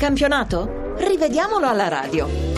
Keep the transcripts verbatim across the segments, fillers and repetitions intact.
campionato? Rivediamolo alla radio.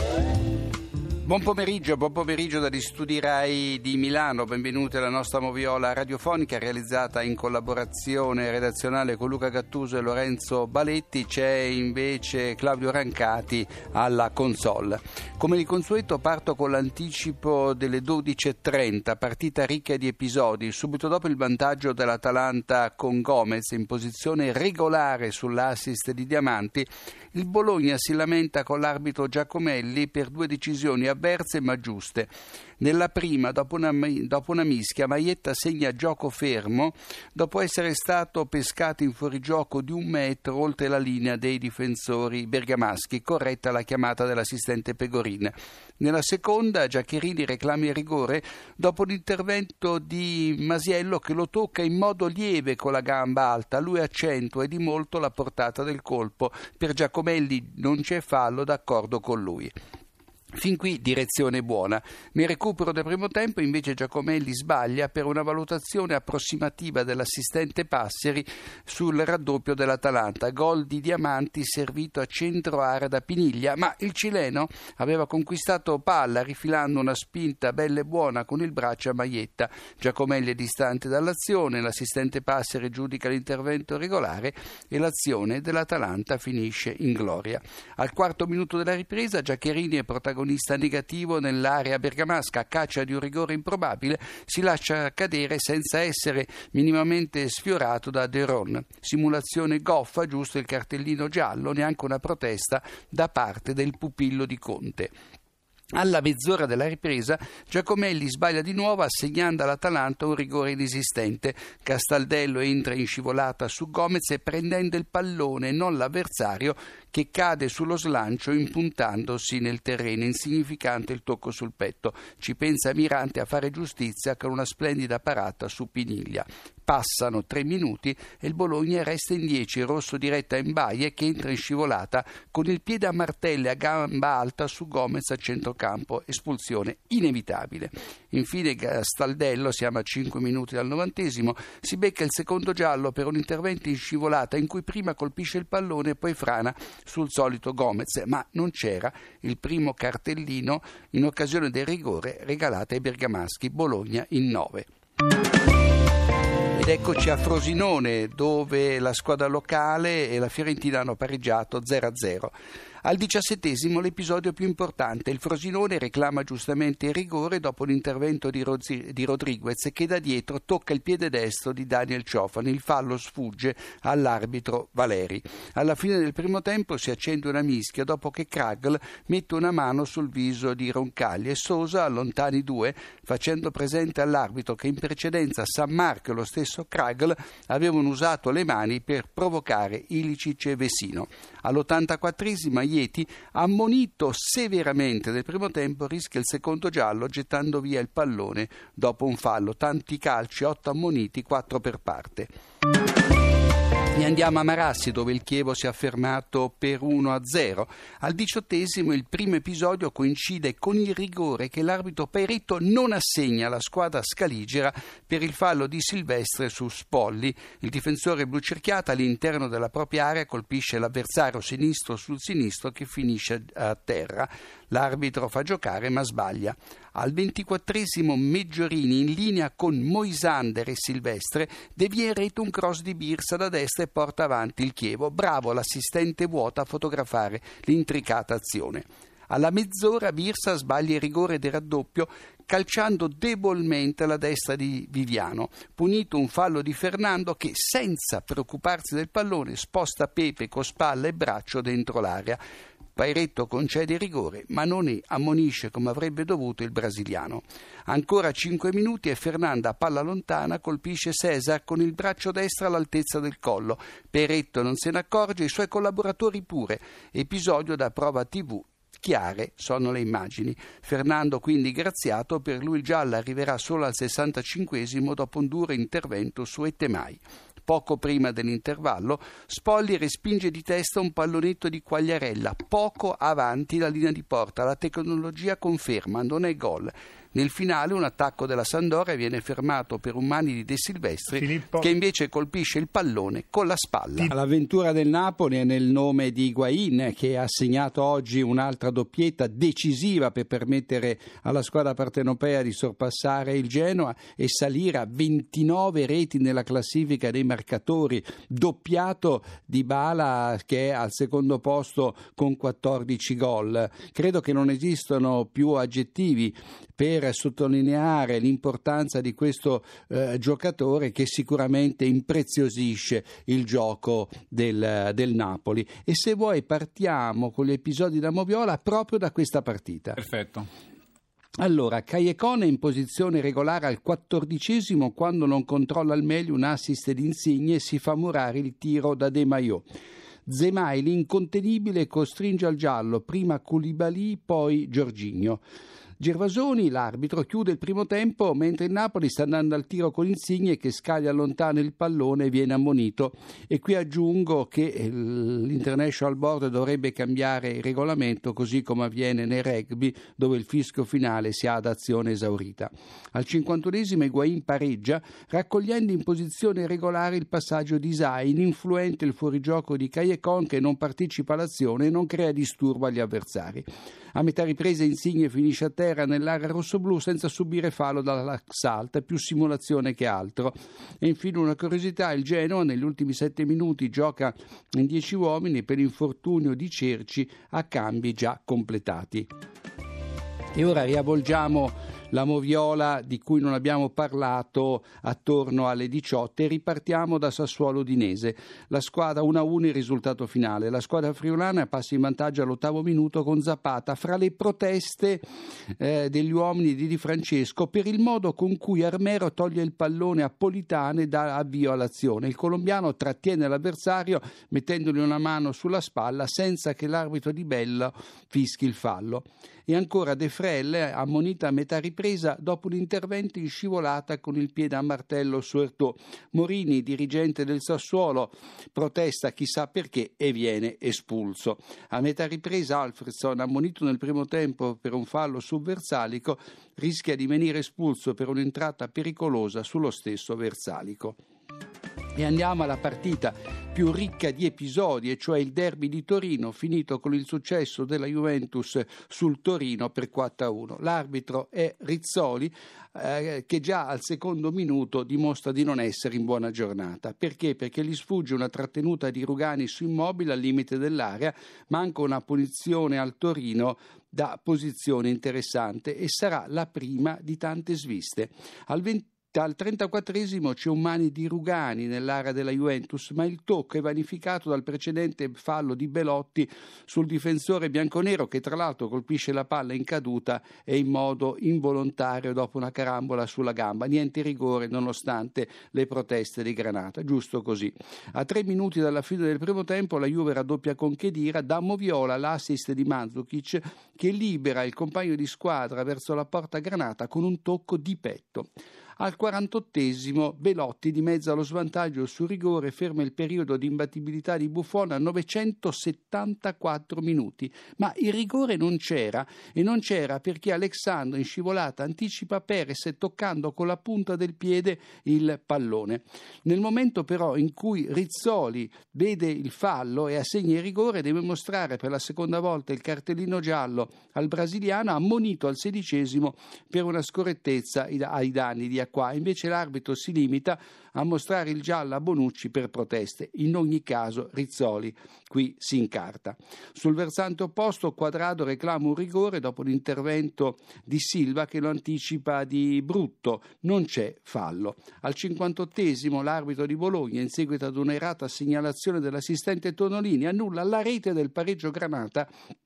Buon pomeriggio, buon pomeriggio dagli studi Rai di Milano, benvenuti alla nostra moviola radiofonica realizzata in collaborazione redazionale con Luca Gattuso e Lorenzo Baletti. C'è invece Claudio Rancati alla console. Come di consueto parto con l'anticipo delle dodici e trenta, partita ricca di episodi. Subito dopo il vantaggio dell'Atalanta con Gomez in posizione regolare sull'assist di Diamanti, il Bologna si lamenta con l'arbitro Giacomelli per due decisioni avverse ma giuste. Nella prima, dopo una, dopo una mischia, Maietta segna gioco fermo dopo essere stato pescato in fuorigioco di un metro oltre la linea dei difensori bergamaschi, corretta la chiamata dell'assistente Pegorin. Nella seconda, Giaccherini reclama il rigore dopo l'intervento di Masiello che lo tocca in modo lieve con la gamba alta. Lui accentua e di molto la portata del colpo. Per Giacomelli non c'è fallo, d'accordo con lui. Fin qui direzione buona. Nel recupero del primo tempo invece Giacomelli sbaglia per una valutazione approssimativa dell'assistente Passeri sul raddoppio dell'Atalanta, gol di Diamanti servito a centro area da Piniglia, ma il cileno aveva conquistato palla rifilando una spinta bella e buona con il braccio a Maietta. Giacomelli è distante dall'azione, l'assistente Passeri giudica l'intervento regolare e l'azione dell'Atalanta finisce in gloria. Al quarto minuto della ripresa Giaccherini è protagonista negativo nell'area bergamasca, a caccia di un rigore improbabile, si lascia cadere senza essere minimamente sfiorato da De Ron. Simulazione goffa, giusto il cartellino giallo, neanche una protesta da parte del pupillo di Conte. Alla mezz'ora della ripresa Giacomelli sbaglia di nuovo assegnando all'Atalanta un rigore inesistente. Castaldello entra in scivolata su Gomez e prendendo il pallone, non l'avversario, che cade sullo slancio impuntandosi nel terreno, insignificante il tocco sul petto. Ci pensa Mirante a fare giustizia con una splendida parata su Piniglia. Passano tre minuti e il Bologna resta in dieci, rosso diretta in Baie che entra in scivolata con il piede a martelle a gamba alta su Gomez a centrocampo, espulsione inevitabile. Infine Castaldello, siamo a cinque minuti dal novantesimo, si becca il secondo giallo per un intervento in scivolata in cui prima colpisce il pallone e poi frana sul solito Gomez, ma non c'era il primo cartellino in occasione del rigore regalato ai bergamaschi. Bologna in nove. Ed eccoci a Frosinone, dove la squadra locale e la Fiorentina hanno pareggiato zero a zero. Al diciassettesimo l'episodio più importante, il Frosinone reclama giustamente il rigore dopo l'intervento di, Rozi- di Rodriguez che da dietro tocca il piede destro di Daniel Ciofani. Il fallo sfugge all'arbitro Valeri. Alla fine del primo tempo si accende una mischia dopo che Kragl mette una mano sul viso di Roncagli e Sosa allontana i due, facendo presente all'arbitro che in precedenza San Marco e lo stesso Kragl avevano usato le mani per provocare Ilicic e Vesino. All'ottantaquattresima Ieti, ammonito severamente del primo tempo, rischia il secondo giallo gettando via il pallone dopo un fallo. Tanti calci, otto ammoniti, quattro per parte. E andiamo a Marassi, dove il Chievo si è affermato per uno a zero. Al diciottesimo il primo episodio coincide con il rigore che l'arbitro Pairetto non assegna alla squadra scaligera per il fallo di Silvestre su Spolli. Il difensore blucerchiata all'interno della propria area colpisce l'avversario sinistro sul sinistro che finisce a terra. L'arbitro fa giocare ma sbaglia. Al ventiquattresimo Meggiorini, in linea con Moisander e Silvestre, devia in rete un cross di Birsa da destra e porta avanti il Chievo. Bravo l'assistente vuota a fotografare l'intricata azione. Alla mezz'ora Birsa sbaglia il rigore del raddoppio calciando debolmente alla destra di Viviano. Punito un fallo di Fernando che, senza preoccuparsi del pallone, sposta Pepe con spalla e braccio dentro l'area. Pairetto concede il rigore, ma non ne ammonisce come avrebbe dovuto il brasiliano. Ancora cinque minuti e Fernanda, a palla lontana, colpisce Cesar con il braccio destro all'altezza del collo. Pairetto non se ne accorge, i suoi collaboratori pure. Episodio da prova tivù. Chiare sono le immagini. Fernando quindi graziato, per lui il giallo arriverà solo al sessantacinquesimo dopo un duro intervento su Ettemai. Poco prima dell'intervallo, Spolli respinge di testa un pallonetto di Quagliarella, poco avanti la linea di porta. La tecnologia conferma, non è gol. Nel finale un attacco della Sampdoria viene fermato per un mani di De Silvestri, Filippo. che invece colpisce il pallone con la spalla. L'avventura del Napoli è nel nome di Higuaín, che ha segnato oggi un'altra doppietta decisiva per permettere alla squadra partenopea di sorpassare il Genoa e salire a ventinove reti nella classifica dei marcatori, doppiato Dybala che è al secondo posto con quattordici gol. Credo che non esistano più aggettivi per sottolineare l'importanza di questo eh, giocatore, che sicuramente impreziosisce il gioco del, del Napoli. E se vuoi partiamo con gli episodi da Moviola proprio da questa partita. Perfetto. Allora, Callejon è in posizione regolare al quattordicesimo quando non controlla al meglio un assist di Insigne e si fa murare il tiro da De Maio. Zemai, l'incontenibile, costringe al giallo prima Koulibaly, poi Jorginho. Gervasoni, l'arbitro, chiude il primo tempo mentre il Napoli sta andando al tiro con Insigne che scaglia lontano il pallone e viene ammonito. E qui aggiungo che l'International Board dovrebbe cambiare il regolamento, così come avviene nel rugby, dove il fischio finale si ha ad azione esaurita. Al cinquantunesimo Higuaín pareggia, raccogliendo in posizione regolare il passaggio di Zayn, influente il fuorigioco di Callejon che non partecipa all'azione e non crea disturbo agli avversari. A metà ripresa Insigne finisce a terra nell'area rossoblù senza subire fallo dall'Axalt, più simulazione che altro. E infine una curiosità: il Genoa negli ultimi sette minuti gioca in dieci uomini per infortunio di Cerci a cambi già completati. E ora riavvolgiamo la moviola di cui non abbiamo parlato attorno alle diciotto e ripartiamo da Sassuolo Udinese. La squadra uno a uno il risultato finale. La squadra friulana passa in vantaggio all'ottavo minuto con Zapata, fra le proteste eh, degli uomini di Di Francesco per il modo con cui Armero toglie il pallone a Politano e dà avvio all'azione. Il colombiano trattiene l'avversario mettendogli una mano sulla spalla senza che l'arbitro di Bello fischi il fallo. E ancora De Frel, ammonita a metà ripresa dopo un intervento in scivolata con il piede a martello su Ertò. Morini, dirigente del Sassuolo, protesta chissà perché e viene espulso. A metà ripresa Alfredson, ammonito nel primo tempo per un fallo su Versalico, rischia di venire espulso per un'entrata pericolosa sullo stesso Versalico. E andiamo alla partita più ricca di episodi, e cioè il derby di Torino, finito con il successo della Juventus sul Torino per quattro a uno. L'arbitro è Rizzoli, eh, che già al secondo minuto dimostra di non essere in buona giornata. Perché? Perché gli sfugge una trattenuta di Rugani su Immobile al limite dell'area, manca una punizione al Torino da posizione interessante e sarà la prima di tante sviste. Al venti Al trentaquattresimo c'è un mani di Rugani nell'area della Juventus, ma il tocco è vanificato dal precedente fallo di Belotti sul difensore bianconero, che tra l'altro colpisce la palla in caduta e in modo involontario dopo una carambola sulla gamba. Niente rigore nonostante le proteste di Granata, giusto così. A tre minuti dalla fine del primo tempo la Juve raddoppia con Khedira, da Moviola l'assist di Mandzukic che libera il compagno di squadra verso la porta Granata con un tocco di petto. Al quarantottesimo Belotti dimezza lo svantaggio sul rigore e ferma il periodo di imbattibilità di Buffon a novecentosettantaquattro minuti, ma il rigore non c'era, e non c'era perché Alexandro in scivolata anticipa Perez toccando con la punta del piede il pallone. Nel momento però in cui Rizzoli vede il fallo e assegna il rigore, deve mostrare per la seconda volta il cartellino giallo al brasiliano, ammonito al sedicesimo per una scorrettezza ai danni di Qua. Invece l'arbitro si limita a mostrare il giallo a Bonucci per proteste. In ogni caso Rizzoli qui si incarta. Sul versante opposto Quadrado reclama un rigore dopo l'intervento di Silva che lo anticipa di brutto. Non c'è fallo. Al cinquantottesimo l'arbitro di Bologna, in seguito ad un'errata segnalazione dell'assistente Tonolini, annulla la rete del pareggio Granata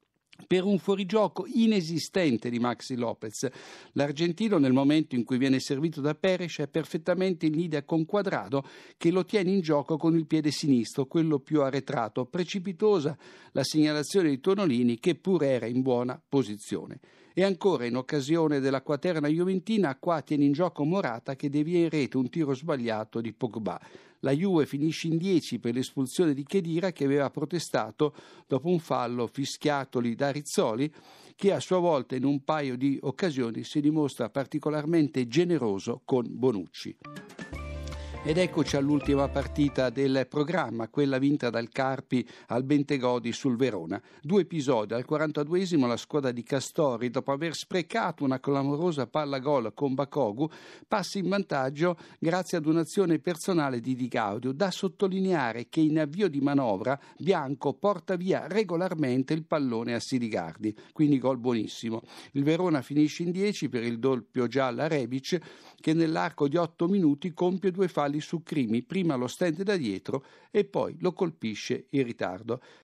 per un fuorigioco inesistente di Maxi Lopez. L'argentino, nel momento in cui viene servito da Perez, è perfettamente in linea con Quadrado, che lo tiene in gioco con il piede sinistro, quello più arretrato. Precipitosa la segnalazione di Tonolini, che pure era in buona posizione. E ancora, in occasione della quaterna juventina, qua tiene in gioco Morata che devia in rete un tiro sbagliato di Pogba. La Juve finisce in dieci per l'espulsione di Khedira, che aveva protestato dopo un fallo fischiatoli da Rizzoli, che a sua volta in un paio di occasioni si dimostra particolarmente generoso con Bonucci. Ed eccoci all'ultima partita del programma, quella vinta dal Carpi al Bentegodi sul Verona. Due episodi. Al quarantaduesimo la squadra di Castori, dopo aver sprecato una clamorosa palla gol con Bakogu, passa in vantaggio grazie ad un'azione personale di Di Gaudio. Da sottolineare che in avvio di manovra Bianco porta via regolarmente il pallone a Siligardi, quindi gol buonissimo. Il Verona finisce in dieci per il doppio giallo a Rebic, che nell'arco di otto minuti compie due falli su Crimi, prima lo stende da dietro e poi lo colpisce in ritardo.